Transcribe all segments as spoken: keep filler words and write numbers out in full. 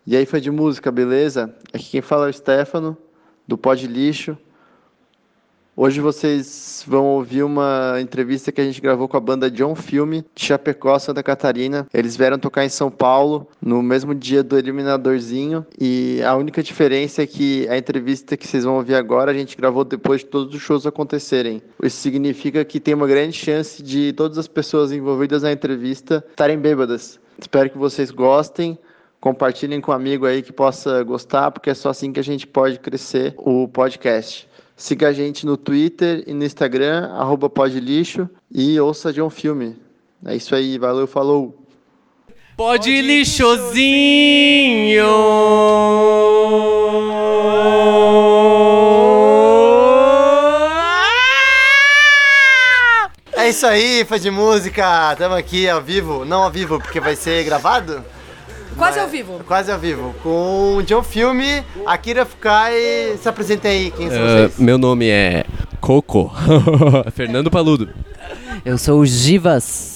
E aí, fã de música, beleza? Aqui quem fala é o Stefano, do Pod Lixo. Hoje vocês vão ouvir uma entrevista que a gente gravou com a banda John Filme, de Chapecó, Santa Catarina. Eles vieram tocar em São Paulo, no mesmo dia do Eliminadorzinho. E a única diferença é que a entrevista que vocês vão ouvir agora, a gente gravou depois de todos os shows acontecerem. Isso significa que tem uma grande chance de todas as pessoas envolvidas na entrevista estarem bêbadas. Espero que vocês gostem. Compartilhem com um amigo aí que possa gostar, porque é só assim que a gente pode crescer o podcast. Siga a gente no Twitter e no Instagram, arroba podlixo, e ouça John Filme. É isso aí, valeu, falou! Pod lixozinho! É isso aí, fã de música! Estamos aqui ao vivo, não ao vivo porque vai ser gravado? Quase ao vivo. Quase ao vivo. Com o John Filme, Akira Fukai. Se apresentem aí, quem são Uh, vocês? meu nome é Coco. Fernando Paludo. Eu sou o Givas.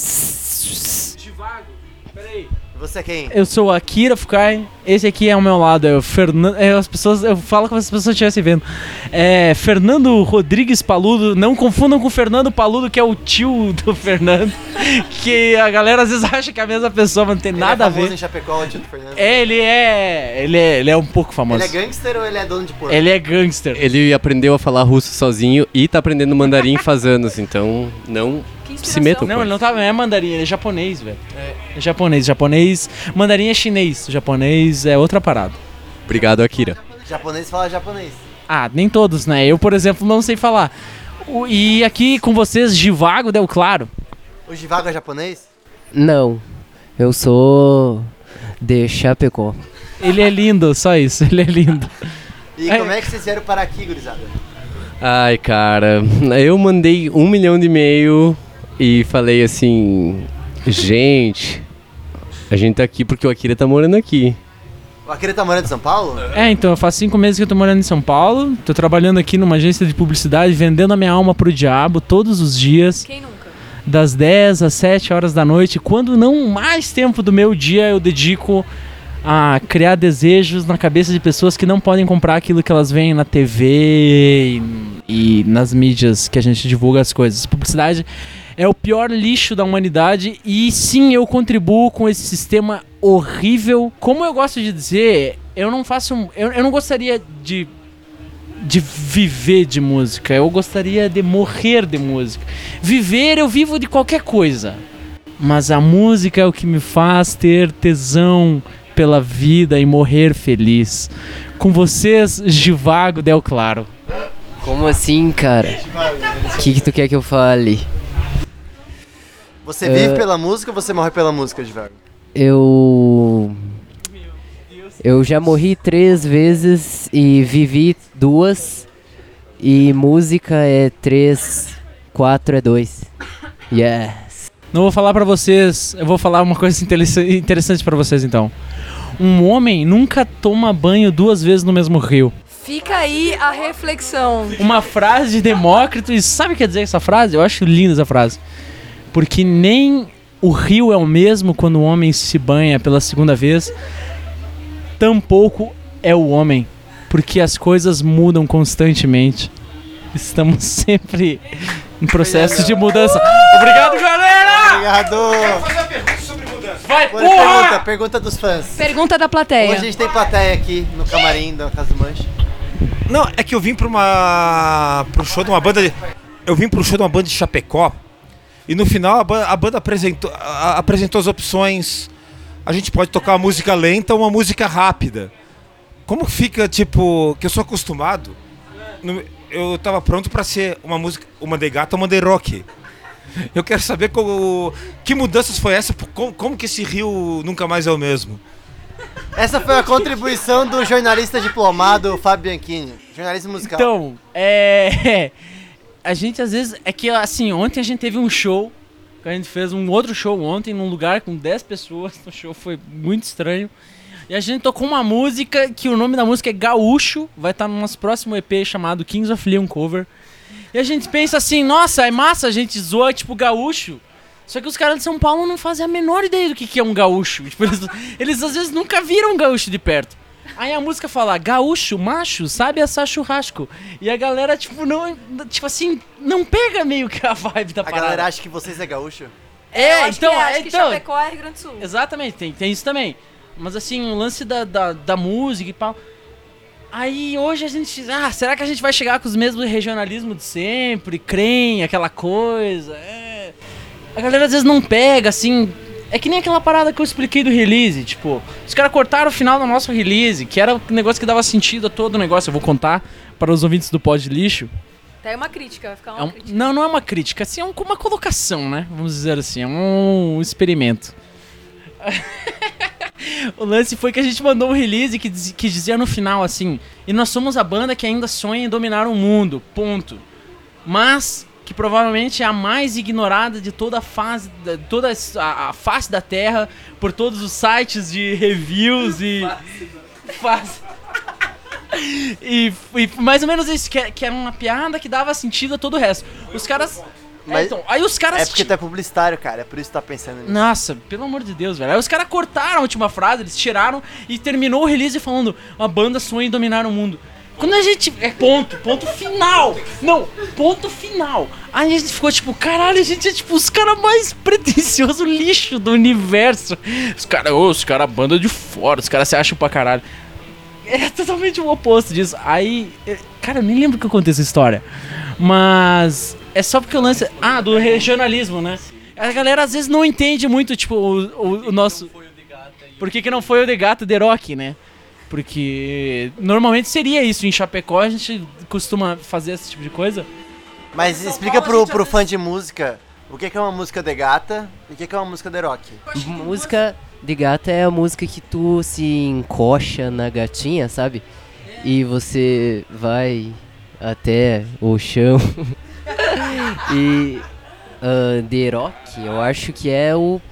Você é quem? Eu sou o Akira Fukai, esse aqui é ao meu lado, é o Fernando, é, as pessoas, eu falo como se as pessoas estivessem vendo. É Fernando Rodrigues Paludo, não confundam com o Fernando Paludo, que é o tio do Fernando, que a galera às vezes acha que é a mesma pessoa, mas não tem Ele nada é a ver. famoso em Chapecó, o tio do Fernando. É, ele é, ele é, ele é um pouco famoso. Ele é gangster ou ele é dono de porco? Ele é gangster. Ele aprendeu a falar russo sozinho e tá aprendendo mandarim faz anos, então não se metam Não, com ele não, tá, não é mandarim, ele é japonês, velho. É japonês, japonês, mandarim é chinês, japonês é outra parada. Obrigado, Akira. Japonês fala japonês. Ah, nem todos, né? Eu, por exemplo, não sei falar. O- E aqui com vocês, Givago Del Claro. O Givago é japonês? Não, eu sou de Chapecó. Ele é lindo, só isso, ele é lindo. E É. como é que vocês vieram para aqui, gurizada? Ai, cara, eu mandei um milhão de e-mail e falei assim, gente, a gente tá aqui porque o Akira tá morando aqui. O Akira tá morando em São Paulo? É, então, faz cinco meses que eu tô morando em São Paulo, tô trabalhando aqui numa agência de publicidade, vendendo a minha alma pro diabo todos os dias, Quem nunca? das dez às sete horas da noite, quando não mais tempo do meu dia eu dedico a criar desejos na cabeça de pessoas que não podem comprar aquilo que elas veem na T V e, e nas mídias que a gente divulga as coisas. Publicidade é o pior lixo da humanidade e sim, eu contribuo com esse sistema horrível. Como eu gosto de dizer, eu não faço... Eu, eu não gostaria de, de viver de música, eu gostaria de morrer de música. Viver, eu vivo de qualquer coisa. Mas a música é o que me faz ter tesão pela vida e morrer feliz. Com vocês, Givago Del Claro. Como assim, cara? O que, que tu quer que eu fale? Você vive É. pela música ou você morre pela música, Givago? Eu. Eu já morri três vezes e vivi duas. E música é três, quatro é dois. Yes. Não vou falar pra vocês, eu vou falar uma coisa interessa- interessante pra vocês então. Um homem nunca toma banho duas vezes no mesmo rio. Fica aí a reflexão. Uma frase de Demócrito, e sabe o que quer dizer essa frase? Eu acho linda essa frase. Porque nem o rio é o mesmo quando o homem se banha pela segunda vez, tampouco é o homem, porque as coisas mudam constantemente. Estamos sempre em processo de mudança. Obrigado, galera! Obrigado! Vai, Agora pergunta, pergunta dos fãs. Pergunta da Hoje a plateia. gente tem plateia aqui no camarim da Casa do Manche. Não, é que eu vim pra uma. pro show de uma banda de. Eu vim pro show de uma banda de Chapecó. E no final a banda, a banda apresentou, a- apresentou as opções. A gente pode tocar uma música lenta ou uma música rápida. Como fica, tipo, que eu sou acostumado. no- eu tava pronto pra ser uma música, uma de gata ou uma de rock. Eu quero saber como, que mudanças foi essa, como, como que esse rio nunca mais é o mesmo. Essa foi a contribuição do jornalista diplomado Fábio Bianchini, jornalista musical. Então, é. A gente às vezes. É que assim, ontem a gente teve um show. A gente fez um outro show ontem num lugar com dez pessoas. O show foi muito estranho. E a gente tocou uma música que o nome da música é Gaúcho. Vai estar no nosso próximo E P chamado Kings of Leon Cover. E a gente pensa assim, nossa, é massa, a gente zoa tipo gaúcho. Só que os caras de São Paulo não fazem a menor ideia do que, que é um gaúcho. Tipo, eles, eles às vezes nunca viram um gaúcho de perto. Aí a música fala, gaúcho, macho, sabe assar churrasco. E a galera, tipo, não, tipo assim, não pega meio que a vibe da A parada. galera acha que vocês é gaúcho? É, Eu acho então, que, é, acho é, que então, Chapecó é Rio Grande do Sul. exatamente, tem, tem isso também. Mas assim, o lance da, da, da música e pau. Aí hoje a gente. Ah, será que a gente vai chegar com os mesmos regionalismos de sempre? Crem, aquela coisa. É. A galera às vezes não pega, assim. É que nem aquela parada que eu expliquei do release. Tipo, os caras cortaram o final do nosso release, que era o negócio que dava sentido a todo o negócio. Eu vou contar para os ouvintes do Pod Lixo. Tá aí uma crítica, vai ficar uma É um- crítica. não, não é uma crítica, assim, é um- uma colocação, né? Vamos dizer assim, é um experimento. O lance foi que a gente mandou um release que, diz- que dizia no final assim: e nós somos a banda que ainda sonha em dominar o mundo, ponto. Mas que provavelmente é a mais ignorada de toda a fase, da- toda a, a face da Terra, por todos os sites de reviews e... Face. E, e mais ou menos isso, que, é- que era uma piada que dava sentido a todo o resto. Os caras... Mas é, então, aí os caras... É porque tu é publicitário, cara. É por isso que tu tá pensando nisso. Nossa, pelo amor de Deus, velho. Aí os caras cortaram a última frase, eles tiraram e terminou o release falando: a banda sonha em dominar o mundo. Quando a gente... É ponto, ponto final. Não, ponto final. Aí a gente ficou tipo, caralho, a gente é tipo os caras mais pretensiosos lixo do universo. Os caras, ô, os caras, banda de fora, os caras se acham pra caralho. É totalmente o oposto disso. Aí, eh, cara, eu nem lembro que eu contei essa história. Mas é só porque o lance... Ah, do regionalismo, né? A galera às vezes não entende muito, tipo, o, o, o nosso... Por que que não foi o de gato de rock, né? Porque normalmente seria isso. Em Chapecó a gente costuma fazer esse tipo de coisa. Mas explica pro, pro fã de música o que que é uma música de gata e o que que é uma música de rock. Música de gata é a música que tu se encoxa na gatinha, sabe? E você vai até o chão. E uh, de rock, eu acho que é o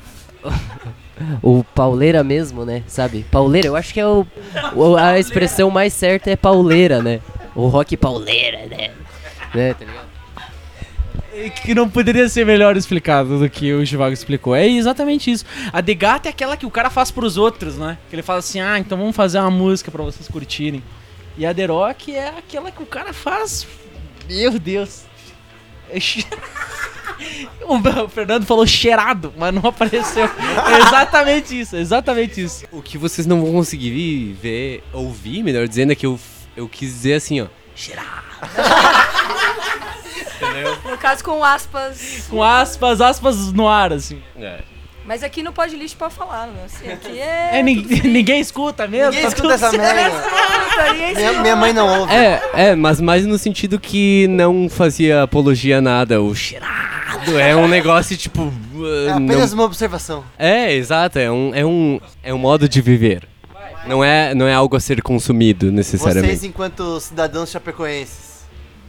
o pauleira mesmo, né? Sabe? Pauleira, eu acho que é o, o- a expressão mais certa é pauleira, né? O rock pauleira, né? Né, tá ligado? Que não poderia ser melhor explicado do que o Chivago explicou. É exatamente isso. A de gato é aquela que o cara faz pros outros, né? Que ele fala assim, ah, então vamos fazer uma música pra vocês curtirem. E a de rock é aquela que o cara faz... Meu Deus. É che- O o Fernando falou cheirado, mas não apareceu. É exatamente isso, é exatamente isso. O que vocês não vão conseguir ver, ouvir, melhor dizendo, é que eu, eu quis dizer assim, ó. No caso com aspas. Com aspas, aspas no ar, assim. Mas aqui no Pod Lixo pode falar, né? Assim, aqui é. É, ninguém, ninguém escuta mesmo. Ninguém tá escuta tudo essa certo. merda. Puta, ninguém Minha, minha mãe não ouve. É, é, mas mais no sentido que não fazia apologia a nada. O cheirado é um negócio tipo. uh, É não- apenas uma observação. É, exato, é um, é um, é um modo de viver. Não é, não é algo a ser consumido necessariamente. Vocês, enquanto cidadãos chapecoenses,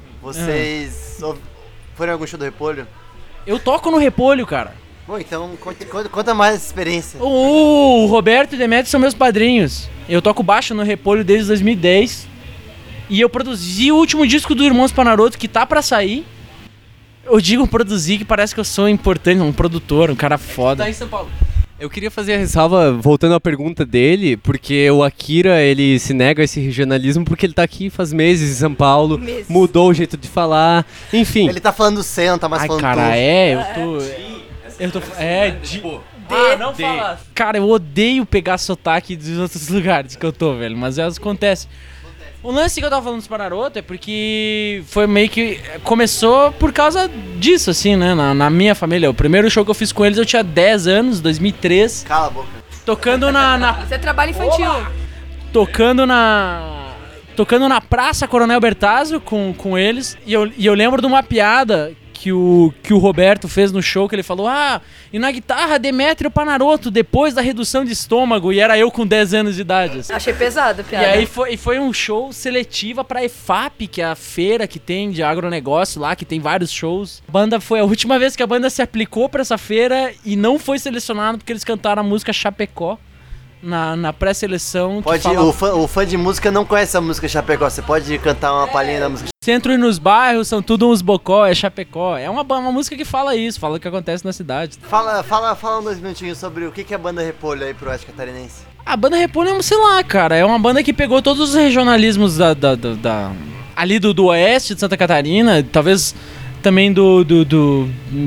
vocês ouv- foram em algum show do Repolho? Eu toco no Repolho, cara. Bom, então conta, conta- conta mais essa experiência. O Roberto e o Demetrio são meus padrinhos. Eu toco baixo no Repolho desde dois mil e dez. E eu produzi o último disco do Irmãos Panaroto, que tá pra sair. Eu digo produzir, que parece que eu sou importante, um produtor, um cara foda. Tá em São Paulo. Eu queria fazer a ressalva, voltando à pergunta dele, porque o Akira, ele se nega a esse regionalismo porque ele tá aqui faz meses em São Paulo, Meses. mudou o jeito de falar, enfim. Ele tá falando C, não tá mais Ai, falando cara, tu. é, eu tô... Eu tô... É, de... Ah, não fala. Cara, eu odeio pegar sotaque dos outros lugares que eu tô, velho, mas elas acontecem. O lance que eu tava falando dos Panaroto é porque foi meio que... Começou por causa disso, assim, né, na, na minha família. O primeiro show que eu fiz com eles eu tinha dez anos, dois mil e três, Cala a boca. tocando na... na Isso é trabalho infantil. tocando na... Tocando na Praça Coronel Bertazzo com, com eles. E eu, e eu lembro de uma piada que o, que o Roberto fez no show, que ele falou: ah, e na guitarra Demetrio Panaroto, depois da redução de estômago. E era eu com dez anos de idade, assim. Achei pesado a E piada. aí foi, e foi um show seletiva pra E F A P, que é a feira que tem de agronegócio lá, que tem vários shows. A banda foi a última vez que a banda se aplicou pra essa feira e não foi selecionado porque eles cantaram a música Chapecó na, na pré-seleção. que Pode, fala- o, fã, o fã de música não conhece a música Chapecó. Você pode cantar uma palhinha da música Centro e nos bairros são tudo uns bocó, é Chapecó. É uma, uma música que fala isso, fala o que acontece na cidade. Fala, fala, fala um dois minutinhos sobre o que que é a banda Repolho aí pro Oeste Catarinense. A banda Repolho é, sei lá, cara, é uma banda que pegou todos os regionalismos da, da, da, da- ali do, do oeste de Santa Catarina, talvez também do, do, do,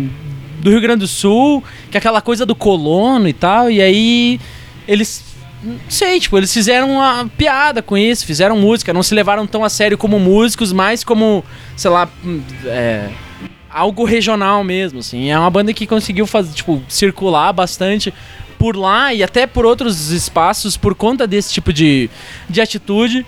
do Rio Grande do Sul, que é aquela coisa do colono e tal, e aí eles, não sei, tipo, eles fizeram uma piada com isso, fizeram música, não se levaram tão a sério como músicos, mas como, sei lá, é, algo regional mesmo, assim. É uma banda que conseguiu fazer, tipo, circular bastante por lá e até por outros espaços por conta desse tipo de, de atitude.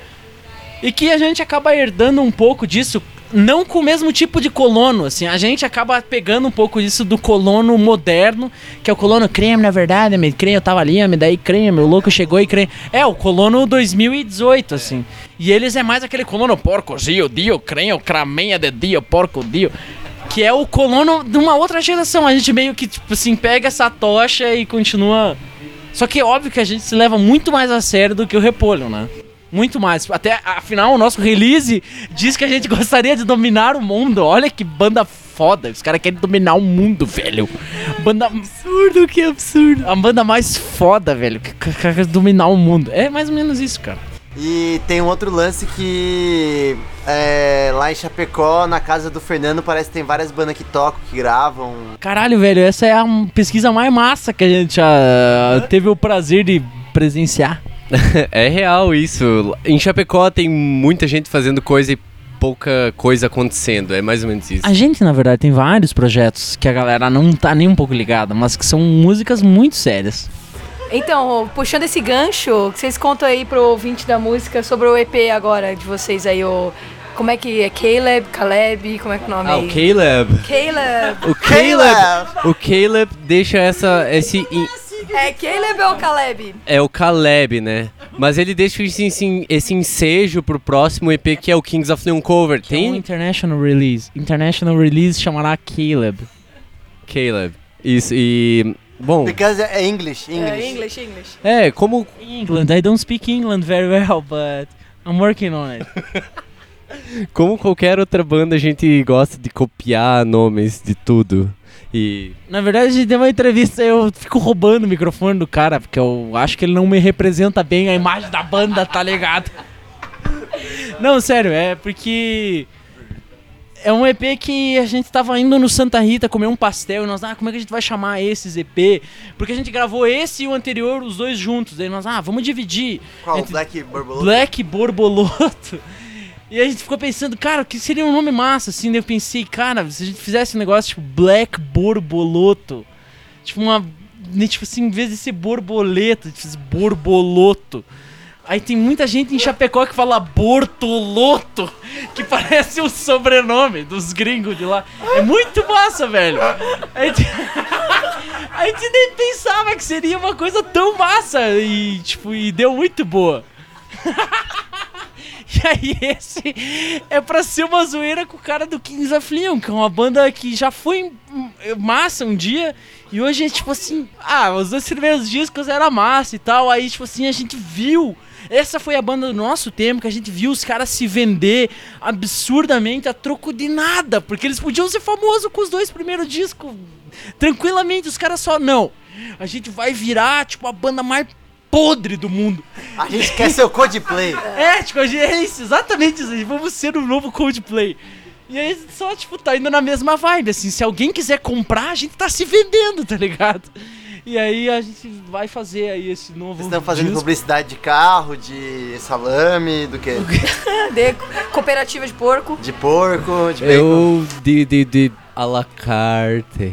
E que a gente acaba herdando um pouco disso, não com o mesmo tipo de colono, assim, a gente acaba pegando um pouco disso do colono moderno, que é o colono creme, na verdade, me creme, eu tava ali, me daí creme, o louco chegou e creme. É, o colono dois mil e dezoito, assim. E eles é mais aquele colono porco, dio, dio, creme, cramenha de dio, porco, dio. Que é o colono de uma outra geração, a gente meio que, tipo assim, pega essa tocha e continua... Só que é óbvio que a gente se leva muito mais a sério do que o Repolho, né? Muito mais. Até, afinal, o nosso release diz que a gente gostaria de dominar o mundo. Olha que banda foda. Os caras querem dominar o mundo, velho. Banda... Absurdo, que absurdo. A banda mais foda, velho. Que quer dominar o mundo. É mais ou menos isso, cara. E tem um outro lance que é, lá em Chapecó, na casa do Fernando, parece que tem várias bandas que tocam, que gravam. Caralho, velho. Essa é a pesquisa mais massa que a gente já teve o prazer de presenciar. É real isso. Em Chapecó tem muita gente fazendo coisa e pouca coisa acontecendo. É mais ou menos isso. A gente, na verdade, tem vários projetos que a galera não tá nem um pouco ligada, mas que são músicas muito sérias. Então, puxando esse gancho, vocês contam aí pro ouvinte da música sobre o E P agora de vocês aí, o... Como é que é? Caleb, Caleb, como é que é o nome Ah, aí? o Caleb. Caleb. O Caleb. O Caleb deixa essa, esse... in- É Caleb ou Caleb? É o Caleb, né? Mas ele deixa esse, esse, esse ensejo pro próximo E P, que é o Kings of Leon Cover. Tem um Tem? international release. International release chamará Caleb. Caleb. Isso, e... Bom, Because é English, É, English. English, English. é, como... England, I don't speak England very well, but I'm working on it. Como qualquer outra banda, a gente gosta de copiar nomes de tudo. E... Na verdade, a gente deu uma entrevista e eu fico roubando o microfone do cara, porque eu acho que ele não me representa bem a imagem da banda, tá ligado? Não, sério, é porque... É um E P que a gente tava indo no Santa Rita comer um pastel e nós, ah, como é que a gente vai chamar esses E P? Porque a gente gravou esse e o anterior, os dois juntos. Daí nós, ah, vamos dividir. Qual? entre Black Borbolota? Black Borbolota. E a gente ficou pensando, cara, o que seria um nome massa, assim? Daí eu pensei, cara, se a gente fizesse um negócio tipo Black Borboloto, tipo uma... Tipo assim, em vez de ser borboleta, tipo borboloto. Aí tem muita gente em Chapecó que fala Bortoloto, que parece o sobrenome dos gringos de lá. É muito massa, velho. A gente... a gente nem pensava que seria uma coisa tão massa e, tipo, e deu muito boa. E aí esse é pra ser uma zoeira com o cara do Kings of Leon, que é uma banda que já foi massa um dia e hoje é tipo assim, ah, os dois primeiros discos era massa e tal, aí tipo assim a gente viu, essa foi a banda do nosso tempo que a gente viu os caras se vender absurdamente a troco de nada, porque eles podiam ser famosos com os dois primeiros discos, tranquilamente, os caras só, não, a gente vai virar tipo a banda mais podre do mundo. A gente quer ser o Coldplay. É, tipo, a gente, é isso, exatamente isso. Vamos ser o novo Coldplay. E aí só, tipo, tá indo na mesma vibe, assim. Se alguém quiser comprar, a gente tá se vendendo, tá ligado? E aí a gente vai fazer aí esse novo Vocês estão fazendo disco. publicidade de carro, de salame, do quê? De cooperativa de porco. De porco, de bacon. Eu de, de, de à la carte.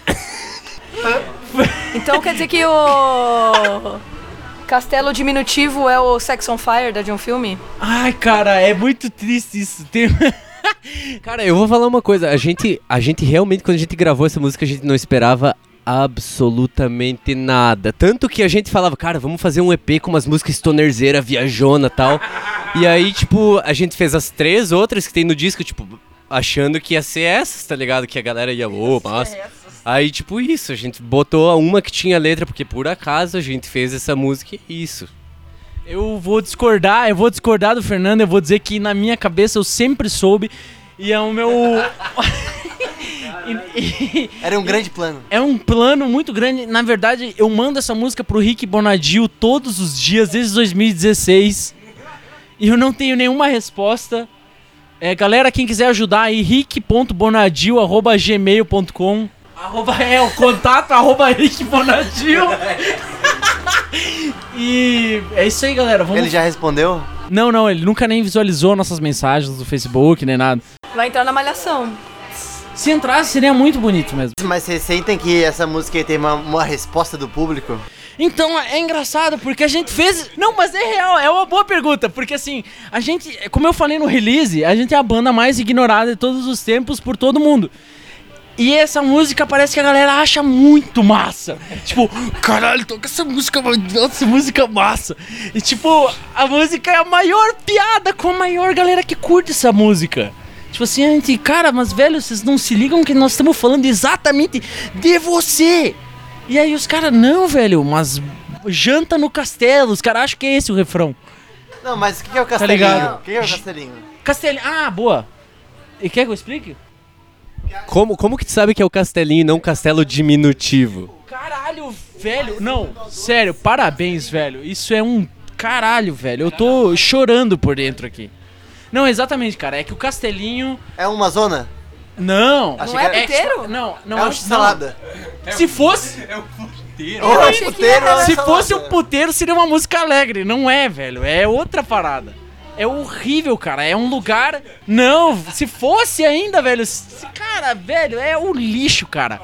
Então quer dizer que o Castelo Diminutivo é o Sex on Fire da de um filme? Ai, cara, é muito triste isso. Tem... Cara, eu vou falar uma coisa. A gente, a gente realmente, quando a gente gravou essa música, a gente não esperava absolutamente nada. Tanto que a gente falava, cara, vamos fazer um E P com umas músicas stonerzeira, viajona e tal. E aí, tipo, a gente fez as três outras que tem no disco, tipo, achando que ia ser essas, tá ligado? Que a galera ia, ô, oh, massa. Aí, tipo, isso, a gente botou a uma que tinha letra, porque por acaso a gente fez essa música e isso. Eu vou discordar, eu vou discordar do Fernando, eu vou dizer que na minha cabeça eu sempre soube e é o meu... e, e, Era um grande plano. É um plano muito grande. Na verdade, eu mando essa música pro Rick Bonadio todos os dias, desde dois mil e dezesseis. E eu não tenho nenhuma resposta. É, galera, quem quiser ajudar aí, rick ponto bonadio arroba gmail ponto com. Arroba, é, o contato arroba Rick Bonadio. E é isso aí, galera. Vamos... Ele já respondeu? Não, não, ele nunca nem visualizou nossas mensagens do Facebook, nem nada. Vai entrar na malhação. Se entrasse, seria muito bonito mesmo. Mas vocês sentem que essa música aí tem uma, uma resposta do público? Então, é engraçado, porque a gente fez... Não, mas é real, é uma boa pergunta, porque assim, a gente, como eu falei no release, a gente é a banda mais ignorada de todos os tempos por todo mundo. E essa música parece que a galera acha muito massa. Tipo, caralho, toca essa música, nossa, essa música massa. E tipo, a música é a maior piada com a maior galera que curte essa música. Tipo assim, a gente, cara, mas velho, vocês não se ligam que nós estamos falando exatamente de você. E aí os caras, não, velho, mas janta no castelo, os caras acham que é esse o refrão. Não, mas o que é o castelinho? ligado? O que é o castelinho? Castelinho, ah, boa. E quer que eu explique? Como, como que tu sabe que é o castelinho e não castelo diminutivo? Caralho, velho. Não, sério, parabéns, velho. Isso é um caralho, velho. Eu tô chorando por dentro aqui. Não, exatamente, cara. É que o castelinho... É uma zona? Não. Achei Não é que era- puteiro? Não, não É uma não. x-salada. Se fosse... Ou é um puteiro ou é uma Se salada. fosse um puteiro, seria uma música alegre. Não é, velho. É outra parada. É horrível, cara. É um lugar... Não, se fosse ainda, velho... se- Cara, velho, é um lixo, cara.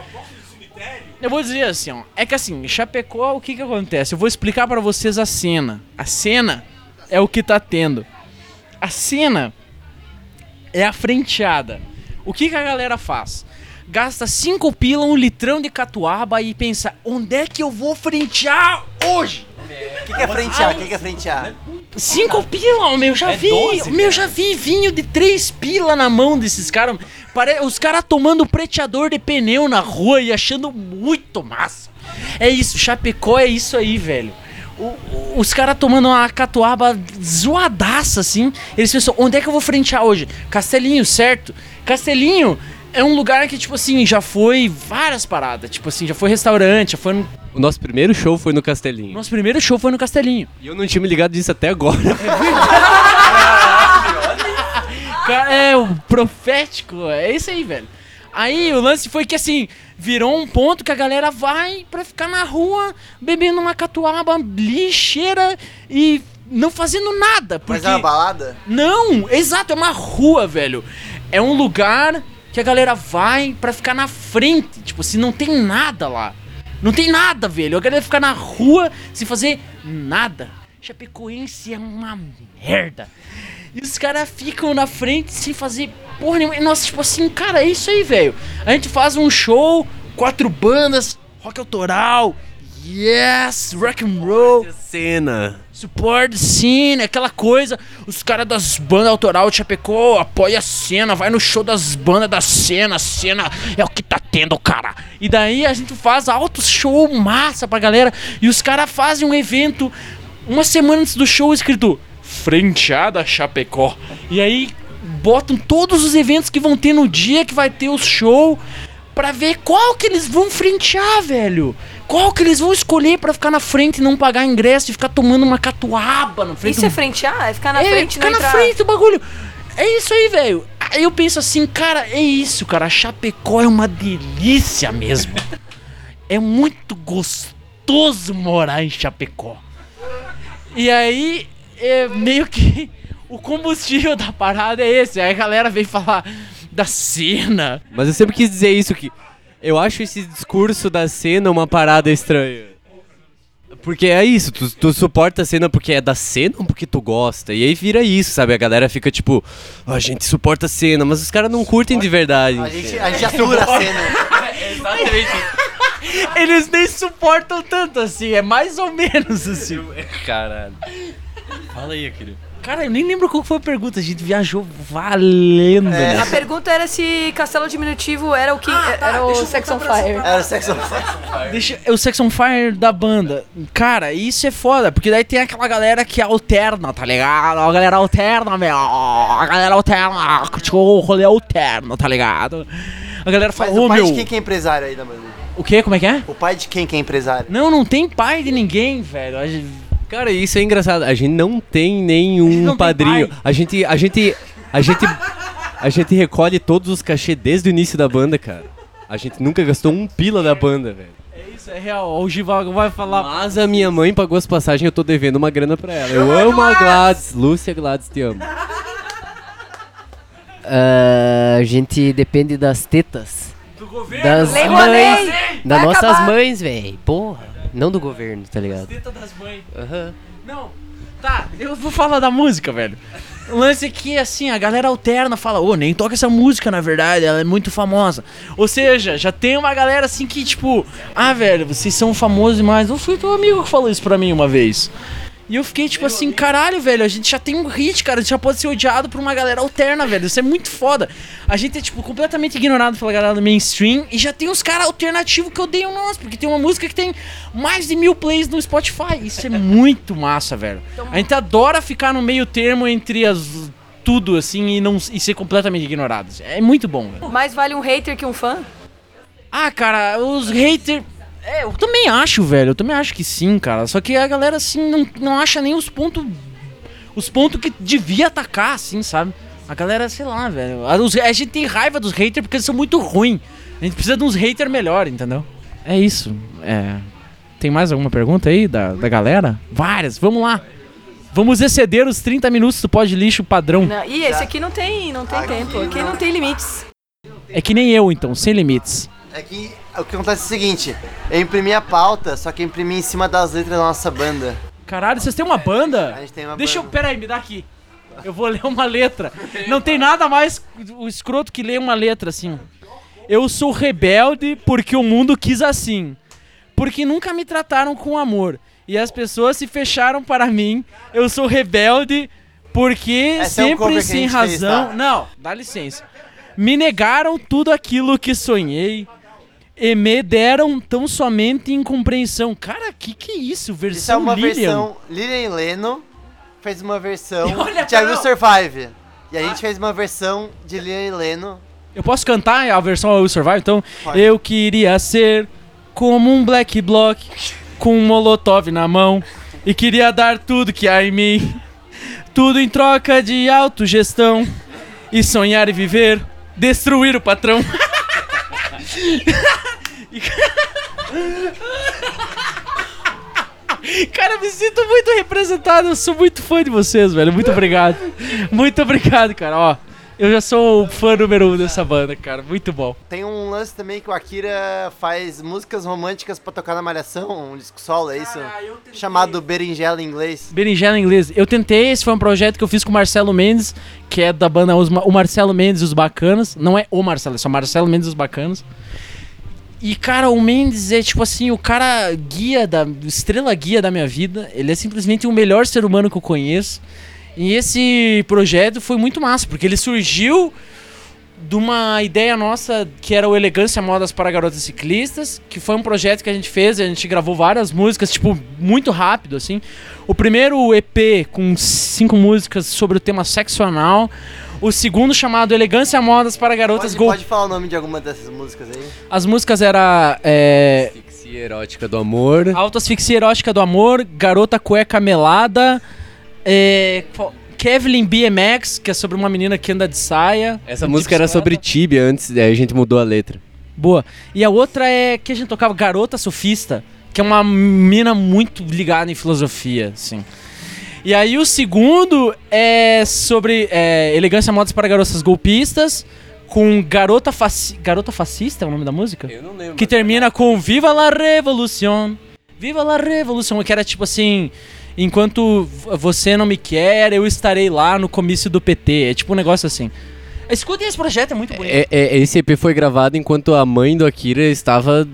Eu vou dizer assim, ó. É que assim, em Chapecó, o que que acontece? Eu vou explicar pra vocês a cena. A cena é o que tá tendo. A cena é a frenteada. O que que a galera faz? Gasta cinco pila, um litrão de catuaba e pensa, onde é que eu vou frentear hoje? O que, que é frentear? O que, que é frentear? Cinco pila, meu, já vi, meu, já vi vinho de três pila na mão desses caras. Pare... Os caras tomando preteador de pneu na rua e achando muito massa. É isso, Chapecó é isso aí, velho. O, o, os caras tomando uma catuaba zoadaça, assim. Eles pensam, onde é que eu vou frentear hoje? Castelinho, certo? Castelinho é um lugar que, tipo assim, já foi várias paradas. Tipo assim, já foi restaurante, já foi no... O nosso primeiro show foi no Castelinho. Nosso primeiro show foi no Castelinho. E eu não tinha me ligado disso até agora. Cara, é o profético, é isso aí, velho. Aí o lance foi que assim, virou um ponto que a galera vai pra ficar na rua bebendo uma catuaba lixeira e não fazendo nada. Porque... Mas é uma balada? Não, exato, é uma rua, velho. É um lugar que a galera vai pra ficar na frente. Tipo assim, não tem nada lá. Não tem nada, velho. A galera fica na rua sem fazer nada. Chapecoense é uma merda. E os caras ficam na frente sem fazer porra nenhuma. E nossa, tipo assim, cara, é isso aí, velho. A gente faz um show, quatro bandas, rock autoral, yes, rock and roll, Cena. support scene, aquela coisa. Os caras das bandas autoral de Chapecó apoia a cena, vai no show das bandas da cena, a cena é o que tá tendo, cara. E daí a gente faz altos show massa pra galera. E os caras fazem um evento uma semana antes do show escrito Frenteada Chapecó. E aí botam todos os eventos que vão ter no dia que vai ter o show pra ver qual que eles vão frentear, velho. Qual que eles vão escolher pra ficar na frente e não pagar ingresso e ficar tomando uma catuaba na frente. Isso é frentear? É ficar na é, frente e ficar não na entrar. frente do bagulho. É isso aí, velho. Aí eu penso assim, cara, é isso, cara. Chapecó é uma delícia mesmo. É muito gostoso morar em Chapecó. E aí, é meio que o combustível da parada é esse. Aí a galera vem falar da cena. Mas eu sempre quis dizer isso, que eu acho esse discurso da cena uma parada estranha. Porque é isso, tu, tu suporta a cena porque é da cena ou porque tu gosta? E aí vira isso, sabe? A galera fica tipo, "Oh, a gente suporta a cena", mas os caras não curtem de verdade. A gente, a gente atura a cena. Eles nem suportam tanto assim, é mais ou menos assim. Caralho. Fala aí, querido. Cara, eu nem lembro qual foi a pergunta. A gente viajou valendo. É. né? A pergunta era se Castelo Diminutivo era o que era o Sex on Fire. Era o Sex on Fire. Deixa, é o Sex on Fire da banda. Cara, isso é foda, porque daí tem aquela galera que alterna, tá ligado? A galera alterna, meu. A galera alterna. Tipo, o rolê alterno, tá ligado? A galera fala, Mas ô o pai meu. de quem que é empresário aí da banda? O quê? Como é que é? O pai de quem que é empresário? Não, não tem pai de ninguém, velho. A gente- Cara, isso é engraçado. A gente não tem nenhum A gente não tem padrinho. pai. A gente, a gente, a gente, a gente recolhe todos os cachê desde o início da banda, cara. A gente nunca gastou um pila da banda, velho. É isso, é real. O Givago vai falar. Mas a minha mãe pagou as passagens, eu tô devendo uma grana pra ela. Eu amo a Gladys. Lúcia Gladys, te amo. Ah, a gente depende das tetas. Do governo. Das Lei mães. Rouanet! Das Vai nossas acabar. mães, velho. Porra. Não do governo, tá ligado? Teta das mães. Aham. Não, tá, eu vou falar da música, velho. O lance é que, assim, a galera alterna, fala, ô, nem toca essa música, na verdade, ela é muito famosa. Ou seja, já tem uma galera assim que, tipo, ah, velho, vocês são famosos demais. Não foi teu amigo que falou isso pra mim uma vez. E eu fiquei tipo assim, caralho, velho, a gente já tem um hit, cara, a gente já pode ser odiado por uma galera alterna, velho. Isso é muito foda. A gente é, tipo, completamente ignorado pela galera do mainstream e já tem uns caras alternativos que odeiam nós, porque tem uma música que tem mais de mil plays no Spotify. Isso é muito massa, velho. A gente adora ficar no meio termo entre as tudo, assim, e, não, e ser completamente ignorado. É muito bom, velho. Mais vale um hater que um fã? Ah, cara, os haters... É, eu também acho, velho. Eu também acho que sim, cara. Só que a galera, assim, não, não acha nem os pontos... Os pontos que devia atacar, assim, sabe? A galera, sei lá, velho. A, os- a gente tem raiva dos haters porque eles são muito ruins. A gente precisa de uns haters melhores, entendeu? É isso. É... Tem mais alguma pergunta aí da, da galera? Várias. Vamos lá. Vamos exceder os trinta minutos do Pod Lixo padrão. Não. Ih, esse aqui não tem, não tem tempo. Aqui não tem limites. É que nem eu, então. Sem limites. É que o que acontece é o seguinte, eu imprimi a pauta, só que eu imprimi em cima das letras da nossa banda. Caralho, vocês têm uma banda? A gente tem uma Deixa eu... banda. Pera aí, me dá aqui. Eu vou ler uma letra. Não tem nada mais o escroto que ler uma letra assim. Eu sou rebelde porque o mundo quis assim. Porque nunca me trataram com amor. E as pessoas se fecharam para mim. Eu sou rebelde porque Essa é um cover sempre que a sem gente fez, razão... tá? Não, dá licença. Me negaram tudo aquilo que sonhei. E me deram tão somente incompreensão. Cara, que que é isso? Versão Isso é uma Lilian. versão, Lilian Leno fez uma versão Olha, de I Will não. Survive. E a gente fez uma versão de Lilian Leno. Eu posso cantar a versão I Will Survive? Então, Pode. eu queria ser como um black block com um molotov na mão e queria dar tudo que há em mim, tudo em troca de autogestão e sonhar e viver, destruir o patrão. Cara, eu me sinto muito representado. Eu sou muito fã de vocês, velho. Muito obrigado. Muito obrigado, cara. Ó, eu já sou o fã número um dessa banda, cara. Muito bom. Tem um lance também que o Akira faz músicas românticas pra tocar na Malhação, um disco solo, é isso? Chamado Berinjela em inglês. Berinjela em inglês. Eu tentei, esse foi um projeto que eu fiz com o Marcelo Mendes, que é da banda Os Ma- o Marcelo Mendes e os Bacanas. Não é o Marcelo, é só Marcelo Mendes e os Bacanas. E, cara, o Mendes é, tipo assim, o cara guia, da estrela guia da minha vida. Ele é simplesmente o melhor ser humano que eu conheço. E esse projeto foi muito massa, porque ele surgiu de uma ideia nossa que era o Elegância Modas para Garotas Ciclistas, que foi um projeto que a gente fez, a gente gravou várias músicas, tipo, muito rápido, assim. O primeiro E P com cinco músicas sobre o tema sexo anal. O segundo chamado Elegância Modas para Garotas Pode, Gol. pode falar o nome de alguma dessas músicas aí? As músicas era é, Asfixia erótica do amor. Autoasfixia Erótica do Amor, Garota Cueca Melada, é, qual- Kevlin B M X, que é sobre uma menina que anda de saia. Essa de música era bicicleta. sobre Tibia antes, aí a gente mudou a letra. Boa. E a outra é que a gente tocava Garota Sofista, que é uma mina muito ligada em filosofia, assim. E aí o segundo é sobre é, Elegância Modas para Garotas Golpistas, com Garota, Faci... Garota Fascista, é o nome da música? Eu não lembro. Que termina com Viva la Revolución, Viva la Revolución, que era tipo assim, enquanto v- você não me quer, eu estarei lá no comício do P T, é tipo um negócio assim. Escutem esse projeto, é muito bonito. É, é, esse E P foi gravado enquanto a mãe do Akira estava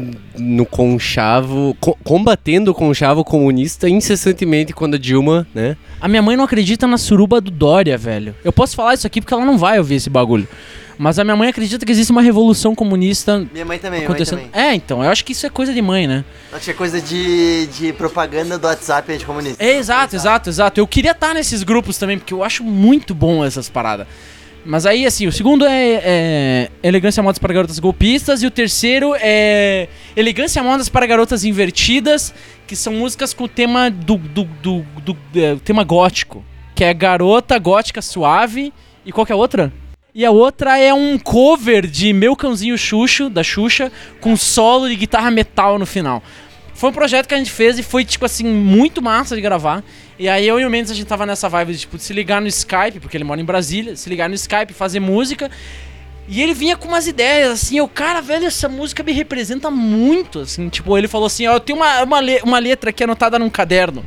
no conchavo, co- combatendo o conchavo comunista incessantemente quando a Dilma, né? A minha mãe não acredita na suruba do Dória, velho. Eu posso falar isso aqui porque ela não vai ouvir esse bagulho. Mas a minha mãe acredita que existe uma revolução comunista Minha mãe também, minha mãe acontecendo. também. É, então, eu acho que isso é coisa de mãe, né? Acho que é coisa de, de propaganda do WhatsApp anticomunista. É, exato, exato, exato. Eu queria estar nesses grupos também, porque eu acho muito bom essas paradas. Mas aí, assim, o segundo é, é Elegância Modas para Garotas Golpistas. E o terceiro é Elegância Modas para Garotas Invertidas, que são músicas com o tema do, do, do, do, do é, tema gótico. Que é Garota Gótica Suave. E qual que é a outra? E a outra é um cover de Meu Cãozinho Xuxo, da Xuxa, com solo de guitarra metal no final. Foi um projeto que a gente fez e foi, tipo assim, muito massa de gravar. E aí eu e o Mendes, a gente tava nessa vibe de, tipo, de se ligar no Skype, porque ele mora em Brasília, se ligar no Skype, fazer música. E ele vinha com umas ideias, assim, eu, cara, velho, essa música me representa muito, assim. Tipo, ele falou assim, ó, eu tenho uma, uma, le- uma letra aqui anotada num caderno.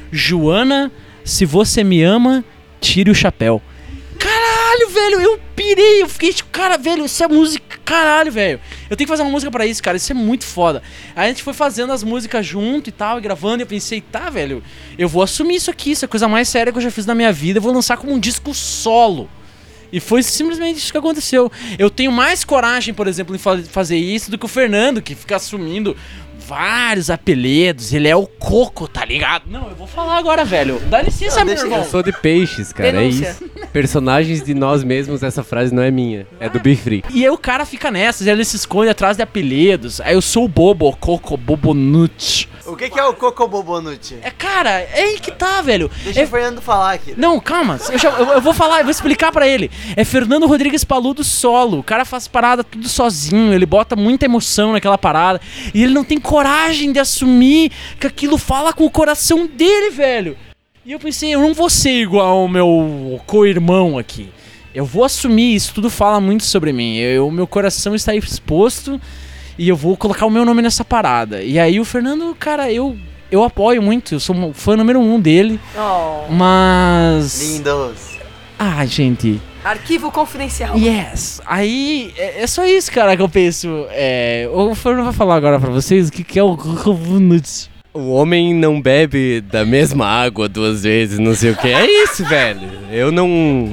Joana, se você me ama, tire o chapéu. Caralho, velho, eu pirei, eu fiquei tipo, cara, velho, isso é música, caralho, velho. Eu tenho que fazer uma música pra isso, cara, isso é muito foda. Aí a gente foi fazendo as músicas junto e tal, e gravando, e eu pensei, tá, velho, eu vou assumir isso aqui, isso é a coisa mais séria que eu já fiz na minha vida, eu vou lançar como um disco solo. E foi simplesmente isso que aconteceu. Eu tenho mais coragem, por exemplo, em fa- fazer isso do que o Fernando, que fica assumindo vários apelidos. Ele é o Coco, tá ligado? Não, eu vou falar agora, velho. Dá licença, meu irmão. Eu sou de peixes, cara, Denúncia. é isso. Personagens de nós mesmos, essa frase não é minha, é do Be Free. E aí o cara fica nessas, ele se esconde atrás de apelidos. Aí eu sou o Bobo, Coco, Bobonute. O que, que é o Coco Bobonute? É, cara, é aí que tá, velho. Deixa É- o Fernando falar aqui. Não, calma, eu, já- eu- eu vou falar, eu vou explicar pra ele. É Fernando Rodrigues Paludo solo. O cara faz parada tudo sozinho, ele bota muita emoção naquela parada. E ele não tem coragem de assumir que aquilo fala com o coração dele, velho. E eu pensei, eu não vou ser igual ao meu co-irmão aqui. Eu vou assumir, isso tudo fala muito sobre mim. O meu coração está exposto e eu vou colocar o meu nome nessa parada. E aí o Fernando, cara, eu, eu apoio muito, eu sou um fã número um dele. Oh. Mas... Lindos. Ah, gente. Arquivo confidencial. Yes. Aí, é, é só isso, cara, que eu penso. É, o Fernando vai falar agora pra vocês o que, que é o Nuts. O homem não bebe da mesma água duas vezes, não sei o que. É isso, velho. Eu não...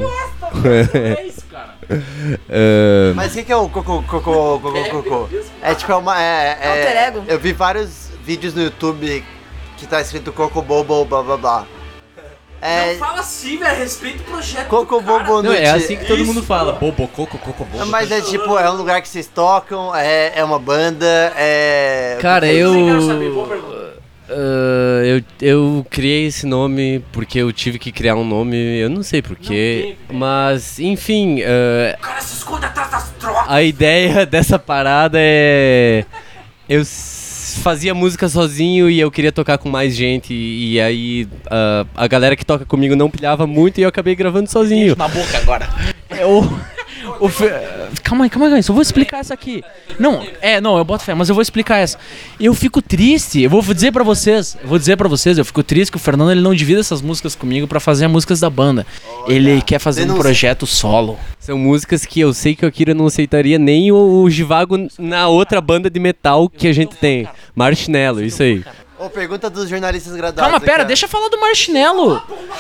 É isso, cara. Ah, Mas o que, que é o Coco Coco Coco Coco? É tipo, é uma. É, é, Alter ego. Eu vi vários vídeos no YouTube que tá escrito Coco Bobo blá blá blá. É. fala assim, velho, respeita o projeto. Coco Bobo não, é Nute. assim que todo mundo fala. Bobo, coco, coco, bobo. Mas é tipo, é um lugar que vocês tocam, é, é uma banda, é. Cara, é eu... quero saber, boa pergunta. Ah, eu, eu criei esse nome porque eu tive que criar um nome, eu não sei porquê, mas enfim, ah, O cara se esconde atrás das trocas. a ideia dessa parada é... Eu s- fazia música sozinho e eu queria tocar com mais gente e, e aí ah, a galera que toca comigo não pilhava muito e eu acabei gravando sozinho. Na boca agora. É o... o Fe- Calma aí, calma aí, só vou explicar essa aqui. Não, é, não, eu boto fé, mas eu vou explicar essa. Eu fico triste, eu vou dizer pra vocês, eu vou dizer pra vocês, eu fico triste que o Fernando ele não divide essas músicas comigo pra fazer as músicas da banda. Ele quer fazer um denúncia. projeto solo. São músicas que eu sei que o Akira não aceitaria nem o, o Givago na outra banda de metal que a gente tem. Marshmallow, isso aí. Ô, pergunta dos jornalistas graduados. Calma, pera, aqui, ó. deixa eu falar do Marshmallow.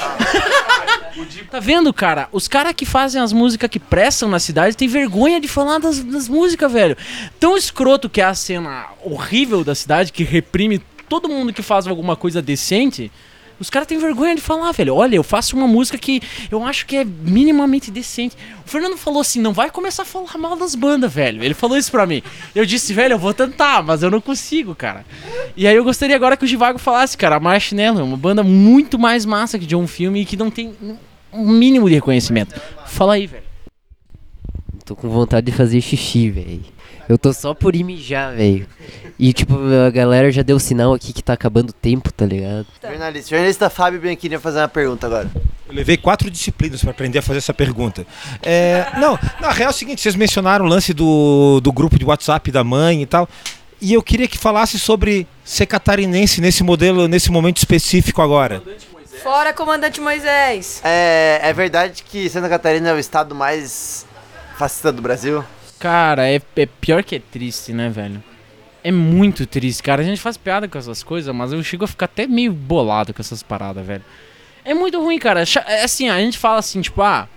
Tá vendo, cara? Os caras que fazem as músicas que prestam na cidade têm vergonha de falar das, das músicas, velho. Tão escroto que é a cena horrível da cidade, que reprime todo mundo que faz alguma coisa decente. Os caras têm vergonha de falar, velho. Olha, eu faço uma música que eu acho que é minimamente decente. O Fernando falou assim, não vai começar a falar mal das bandas, velho. Ele falou isso pra mim. Eu disse, velho, eu vou tentar, mas eu não consigo, cara. E aí eu gostaria agora que o Givago falasse, cara, a Marshmallow é uma banda muito mais massa que de um filme e que não tem um mínimo de reconhecimento. Fala aí, velho. Tô com vontade de fazer xixi, velho. Eu tô só por ir mijar, velho. E tipo, a galera já deu sinal aqui que tá acabando o tempo, tá ligado? Jornalista, jornalista Fábio Bianchini vai fazer uma pergunta agora. Eu levei quatro disciplinas para aprender a fazer essa pergunta. É, não, na real é o seguinte, vocês mencionaram o lance do, do grupo de WhatsApp da mãe e tal, e eu queria que falasse sobre ser catarinense nesse modelo, nesse momento específico agora. Fora comandante Moisés. É, é verdade que Santa Catarina é o estado mais fascista do Brasil? Cara, é, é pior que é triste, né, velho? É muito triste, cara. A gente faz piada com essas coisas, mas eu chego a ficar até meio bolado com essas paradas, velho. É muito ruim, cara. É assim, a gente fala assim, tipo, ah,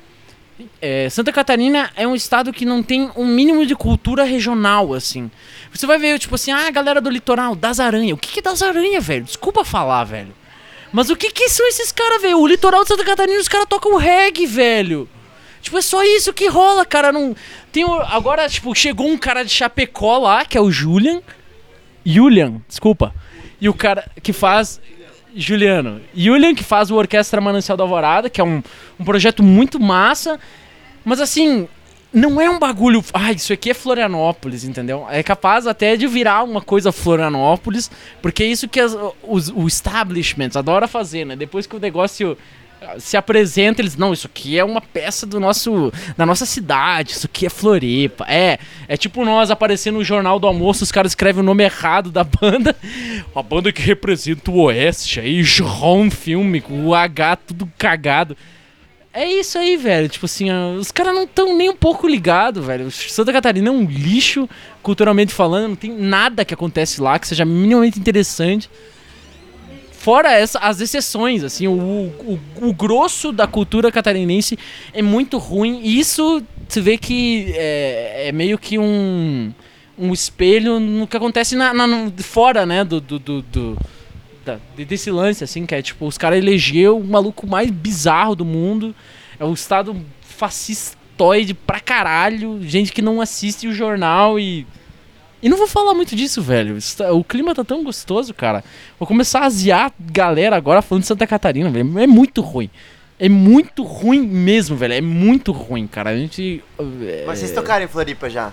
é, Santa Catarina é um estado que não tem um mínimo de cultura regional, assim. Você vai ver, tipo assim, ah, a galera do litoral, das aranhas. O que que é das aranhas, velho? Desculpa falar, velho. Mas o que que são esses caras, velho? O litoral de Santa Catarina, os caras tocam reggae, velho. Tipo, é só isso que rola, cara. Não... Tem o... Agora, tipo, chegou um cara de Chapecó lá, que é o Julian. Julian, desculpa. E o cara que faz... Juliano. Julian, que faz o Orquestra Manancial da Alvorada, que é um, um projeto muito massa. Mas, assim, não é um bagulho... Ah, isso aqui é Florianópolis, entendeu? É capaz até de virar uma coisa Florianópolis, porque é isso que as, os, o establishment adora fazer, né? Depois que o negócio... se apresenta, eles, não, isso aqui é uma peça do nosso, da nossa cidade, isso aqui é Floripa. É, é tipo nós aparecendo no Jornal do Almoço, os caras escrevem o nome errado da banda, a banda que representa o Oeste, aí João Filme, com o H tudo cagado. É isso aí, velho, tipo assim, os caras não estão nem um pouco ligados, velho. Santa Catarina é um lixo, culturalmente falando, não tem nada que acontece lá que seja minimamente interessante. Fora essa, as exceções, assim, o, o, o grosso da cultura catarinense é muito ruim. E isso se vê que é, é meio que um, um espelho no que acontece na, na, no, fora, né, do, do, do, do da, desse lance, assim, que é tipo, os caras elegeu o maluco mais bizarro do mundo. É o estado fascistoide pra caralho, gente que não assiste o jornal e... E não vou falar muito disso, velho. O clima tá tão gostoso, cara. Vou começar a aziar galera agora falando de Santa Catarina, velho. É muito ruim. É muito ruim mesmo, velho. É muito ruim, cara. A gente... É... Mas vocês tocaram em Floripa já?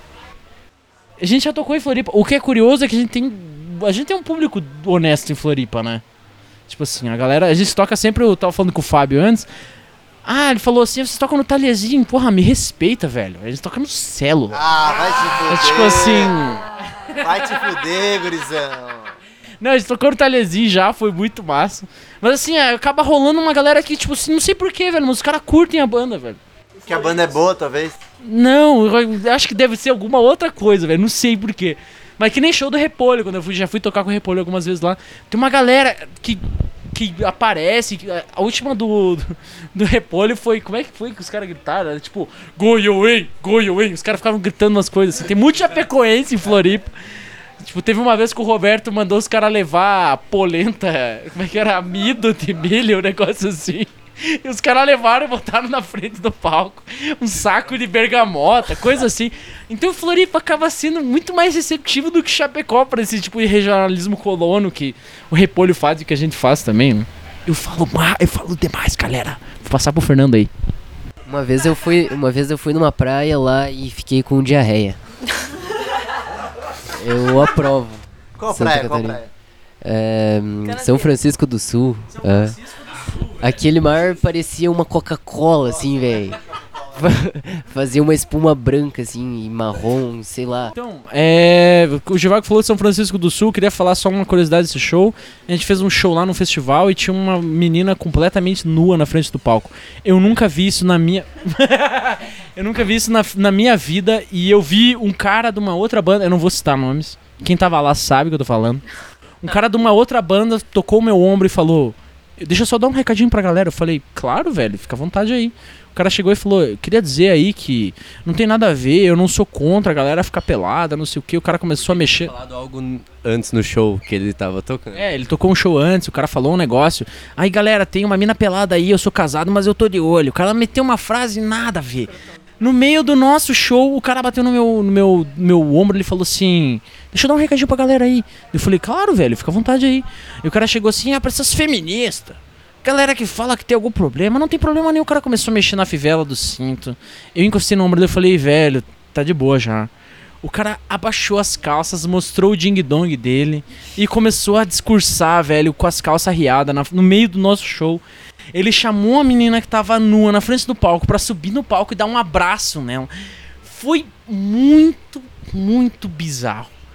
A gente já tocou em Floripa. O que é curioso é que a gente tem... A gente tem um público honesto em Floripa, né? Tipo assim, a galera... A gente toca sempre... Eu tava falando com o Fábio antes... Ah, ele falou assim, vocês tocam no Talhezinho, porra, me respeita, velho. A gente toca no Celo. Ah, vai te fuder. É tipo assim... Vai te fuder, gurizão. Não, a gente tocou no Talhezinho já, foi muito massa. Mas assim, é, acaba rolando uma galera que, tipo assim, não sei porquê, velho, mas os caras curtem a banda, velho. Que a banda é boa, talvez? Não, eu acho que deve ser alguma outra coisa, velho, não sei porquê. Mas que nem show do Repolho, quando eu fui, já fui tocar com o Repolho algumas vezes lá. Tem uma galera que... que aparece, a última do, do, do Repolho foi, como é que foi que os caras gritaram? Era tipo, go away, go away, os caras ficavam gritando umas coisas assim, tem muito chapecoense em Floripa, tipo, teve uma vez que o Roberto mandou os caras levar polenta, como é que era, amido de milho, um negócio assim, e os caras levaram e botaram na frente do palco um saco de bergamota, coisa assim. Então Floripa acaba sendo muito mais receptivo do que Chapecó pra esse tipo de regionalismo colono que o Repolho faz e que a gente faz também, né? Eu falo mais, eu falo demais, galera. Vou passar pro Fernando aí. Uma vez eu fui, uma vez eu fui numa praia lá e fiquei com diarreia. Eu aprovo. Qual Santa praia, qual Catarina. praia? É, São Francisco do Sul. É. Aquele mar parecia uma Coca-Cola, assim, velho. Fazia uma espuma branca, assim, e marrom, sei lá. Então, é, o Givago falou de São Francisco do Sul, queria falar só uma curiosidade desse show. A gente fez um show lá no festival e tinha uma menina completamente nua na frente do palco. Eu nunca vi isso na minha... eu nunca vi isso na, na minha vida, e eu vi um cara de uma outra banda, eu não vou citar nomes, quem tava lá sabe o que eu tô falando. Um cara de uma outra banda tocou o meu ombro e falou... Deixa eu só dar um recadinho pra galera. Eu falei, claro, velho, fica à vontade aí. O cara chegou e falou, eu queria dizer aí que não tem nada a ver, eu não sou contra a galera ficar pelada, não sei o que. O cara começou a mexer. Falado algo antes no show que ele tava tocando. É, ele tocou um show antes, o cara falou um negócio. Aí, galera, tem uma mina pelada aí, eu sou casado, mas eu tô de olho. O cara meteu uma frase nada a ver. No meio do nosso show, o cara bateu no meu, no meu, no meu ombro, ele falou assim, deixa eu dar um recadinho pra galera aí. Eu falei, claro, velho, fica à vontade aí. E o cara chegou assim, ah, pra essas feministas, galera que fala que tem algum problema, não tem problema nenhum. O cara começou a mexer na fivela do cinto. Eu encostei no ombro dele e falei, velho, tá de boa já. O cara abaixou as calças, mostrou o ding-dong dele e começou a discursar, velho, com as calças riadas na, no meio do nosso show. Ele chamou a menina que tava nua na frente do palco pra subir no palco e dar um abraço nela. Foi muito, muito bizarro.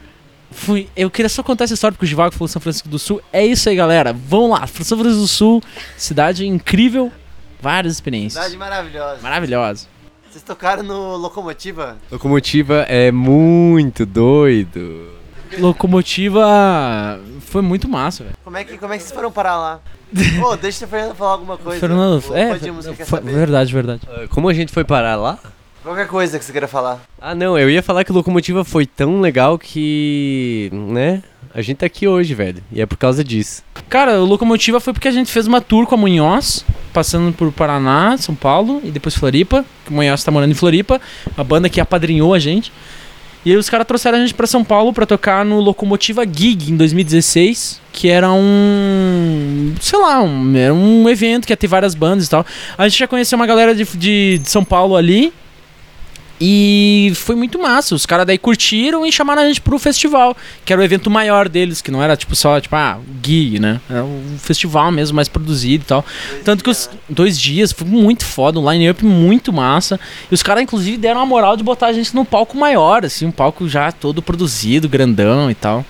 fui, eu queria só contar essa história porque o Givago falou São Francisco do Sul. É isso aí, galera. Vão lá, São Francisco do Sul, cidade incrível, várias experiências. Cidade maravilhosa. Maravilhosa. Vocês tocaram no Locomotiva? Locomotiva é muito doido. Locomotiva foi muito massa, velho. Como é que, como é que vocês foram parar lá? Ô, deixa o Fernando falar alguma coisa. Fernando, O é, Pode de Música quer foi- saber. verdade, verdade. Ah, Como a gente foi parar lá? Qualquer coisa que você queira falar. Ah, não, eu ia falar que Locomotiva foi tão legal que, né, a gente tá aqui hoje, velho. E é por causa disso. Cara, o Locomotiva foi porque a gente fez uma tour com a Munhoz, passando por Paraná, São Paulo e depois Floripa. O Munhoz tá morando em Floripa, a banda que apadrinhou a gente. E aí os caras trouxeram a gente pra São Paulo pra tocar no Locomotiva Gig em dois mil e dezesseis, que era um, sei lá, um, era um evento que ia ter várias bandas e tal. A gente já conheceu uma galera de, de, de São Paulo ali. E foi muito massa, os caras daí curtiram e chamaram a gente pro festival, que era o evento maior deles, que não era tipo só, tipo, ah, gig, né? Era um festival mesmo, mais produzido e tal. Dois Tanto que dias, os né? dois dias, foi muito foda, um line-up muito massa. E os caras, inclusive, deram a moral de botar a gente num palco maior, assim, um palco já todo produzido, grandão e tal.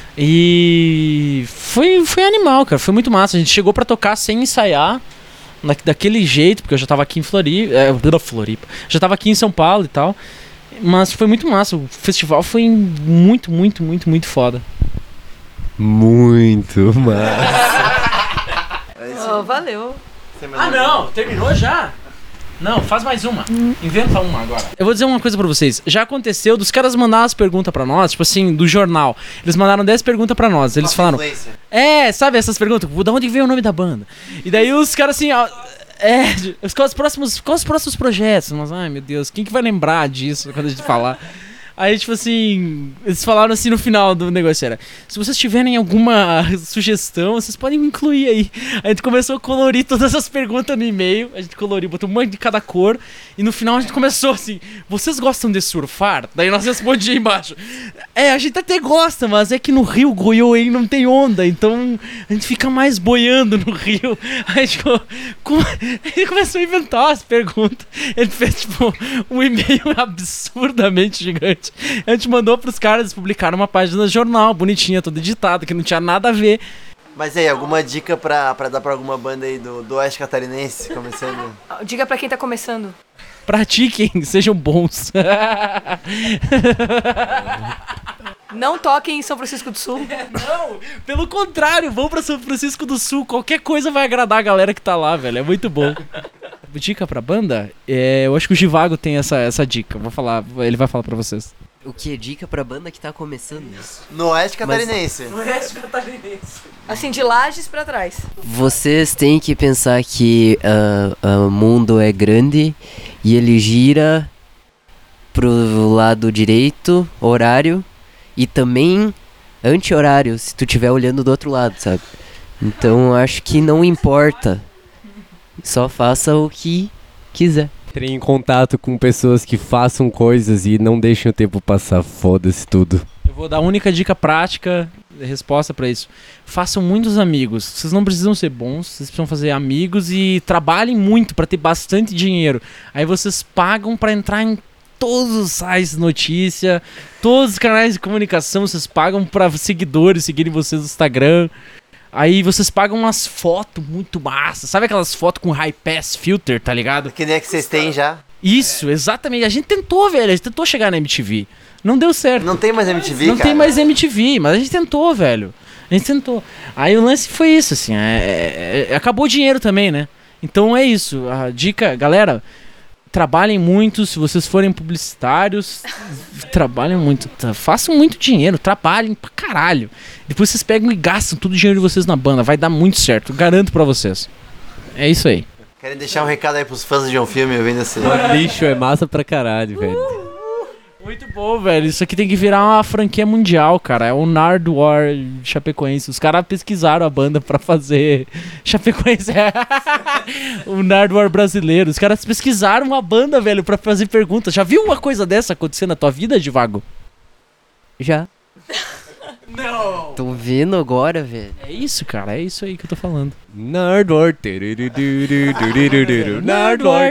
E foi, foi animal, cara, foi muito massa. A gente chegou pra tocar sem ensaiar. Na- daquele jeito, porque eu já tava aqui em Floripa, é, Floripa, já tava aqui em São Paulo e tal, mas foi muito massa, o festival foi muito, muito, muito, muito foda. Muito massa. Oh, valeu. Sem mais Ah nada. não, terminou já? Não, faz mais uma. Inventa uma agora. Eu vou dizer uma coisa pra vocês. Já aconteceu dos caras mandar as perguntas pra nós, tipo assim, do jornal. Eles mandaram dez perguntas pra nós. Eles Nossa falaram, influência. é, sabe essas perguntas? Da onde veio o nome da banda? E daí os caras assim, ó, é, os- quais os próximos, quais os próximos projetos? Mas, ai meu Deus, quem que vai lembrar disso quando a gente falar? Aí, tipo assim, eles falaram assim no final do negócio, era, se vocês tiverem alguma sugestão, vocês podem me incluir aí. A gente começou a colorir todas as perguntas no e-mail, a gente coloriu, botou um monte de cada cor, e no final a gente começou assim, vocês gostam de surfar? Daí nós respondíamos embaixo, é, a gente até gosta, mas é que no rio Goiôem não tem onda, então a gente fica mais boiando no rio. Aí a gente, co- co- a gente começou a inventar as perguntas, ele fez tipo um e-mail absurdamente gigante. A gente mandou pros caras, eles publicaram uma página no jornal, bonitinha, toda editada, que não tinha nada a ver. Mas aí, alguma dica pra, pra dar pra alguma banda aí do, do Oeste Catarinense, começando? Diga pra quem tá começando. Pratiquem, sejam bons. Não toquem em São Francisco do Sul. Não, pelo contrário, vão pra São Francisco do Sul, qualquer coisa vai agradar a galera que tá lá, velho, é muito bom. Dica pra banda? É, eu acho que o Givago tem essa, essa dica, vou falar, ele vai falar pra vocês. O que? Dica pra banda que tá começando? No Oeste Catarinense. Assim, de Lages pra trás. Vocês têm que pensar que ah, ah, o mundo é grande e ele gira pro lado direito, horário, e também anti-horário, se tu estiver olhando do outro lado, sabe? Então acho que não importa. Só faça o que quiser. Entrem em contato com pessoas que façam coisas e não deixem o tempo passar. Foda-se tudo. Eu vou dar a única dica prática, resposta pra isso. Façam muitos amigos. Vocês não precisam ser bons, vocês precisam fazer amigos e trabalhem muito pra ter bastante dinheiro. Aí vocês pagam pra entrar em todos os sites de notícia, todos os canais de comunicação, vocês pagam pra seguidores seguirem vocês no Instagram. Aí vocês pagam umas fotos muito massas. Sabe aquelas fotos com high pass filter, tá ligado? Que nem a que vocês têm já. Isso, exatamente. A gente tentou, velho. A gente tentou chegar na M T V. Não deu certo. Não tem mais M T V, Não cara. tem mais M T V, mas a gente tentou, velho. A gente tentou. Aí o lance foi isso, assim. é- é- é- acabou o dinheiro também, né? Então é isso. A dica, galera, trabalhem muito. Se vocês forem publicitários, trabalhem muito. Tá, façam muito dinheiro, trabalhem pra caralho. Depois vocês pegam e gastam todo o dinheiro de vocês na banda. Vai dar muito certo, garanto pra vocês. É isso aí. Querem deixar um recado aí pros fãs de um filme ouvindo esse... Lixo é massa pra caralho, velho. Muito bom, velho. Isso aqui tem que virar uma franquia mundial, cara. É o Nardwar Chapecoense. Os caras pesquisaram a banda pra fazer Chapecoense. O Nardwar brasileiro. Os caras pesquisaram uma banda, velho, pra fazer perguntas. Já viu uma coisa dessa acontecer na tua vida, Divago? Já. Não! Tô vendo agora, velho. É isso, cara. É isso aí que eu tô falando. Nardwar. Nardwar.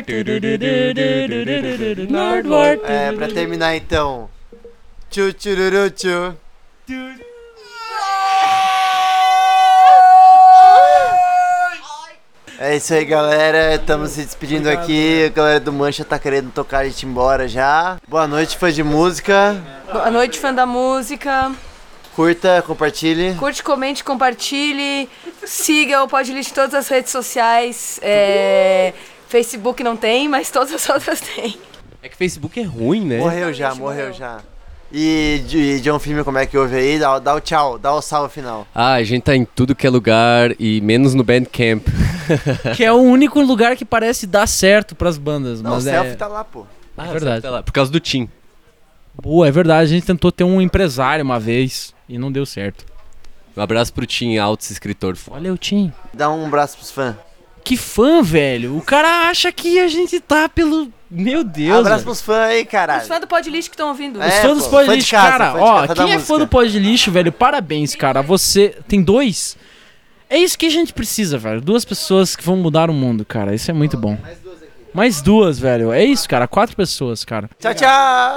Nardwar. É, pra terminar então. Tchu tchururu tchu. É isso aí, galera. Estamos se despedindo aqui. A galera do Mancha tá querendo tocar a gente embora já. Boa noite, fã de música. Boa noite, fã da música. Curta, compartilhe. Curte, comente, compartilhe. Siga o Podlist em todas as redes sociais. É... Facebook não tem, mas todas as outras tem. É que Facebook é ruim, né? Morreu já, morreu já. E, e John Filme, como é que houve aí? Dá, dá o tchau, dá o salve final. Ah, a gente tá em tudo que é lugar e menos no Bandcamp. Que é o único lugar que parece dar certo pras bandas. Não, mas o é... selfie tá lá, pô. Ah, É verdade. tá lá, por causa do Tim. Boa, é verdade. A gente tentou ter um empresário uma vez e não deu certo. Um abraço pro Tim Altos, escritor foda. Olha o Tim. Dá um abraço pros fãs. Que fã, velho. O cara acha que a gente tá pelo... Meu Deus, Abraço velho. pros fãs aí, Os caralho. fãs do Podlist que estão ouvindo. É, Os fãs dos pô, Pod fã de Lixo, casa, cara, fã de ó, casa da quem é música. fã do Pod Lixo, velho, parabéns, cara. Você tem dois. É isso que a gente precisa, velho. Duas pessoas que vão mudar o mundo, cara. Isso é muito bom. Mais duas aqui. Mais duas, velho. É isso, cara. Quatro pessoas, cara. Tchau, tchau.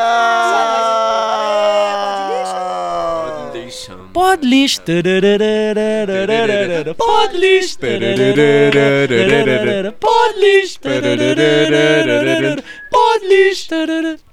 Pod Lixo. Pod Lixo. Pod Lixo. Pod Lixo.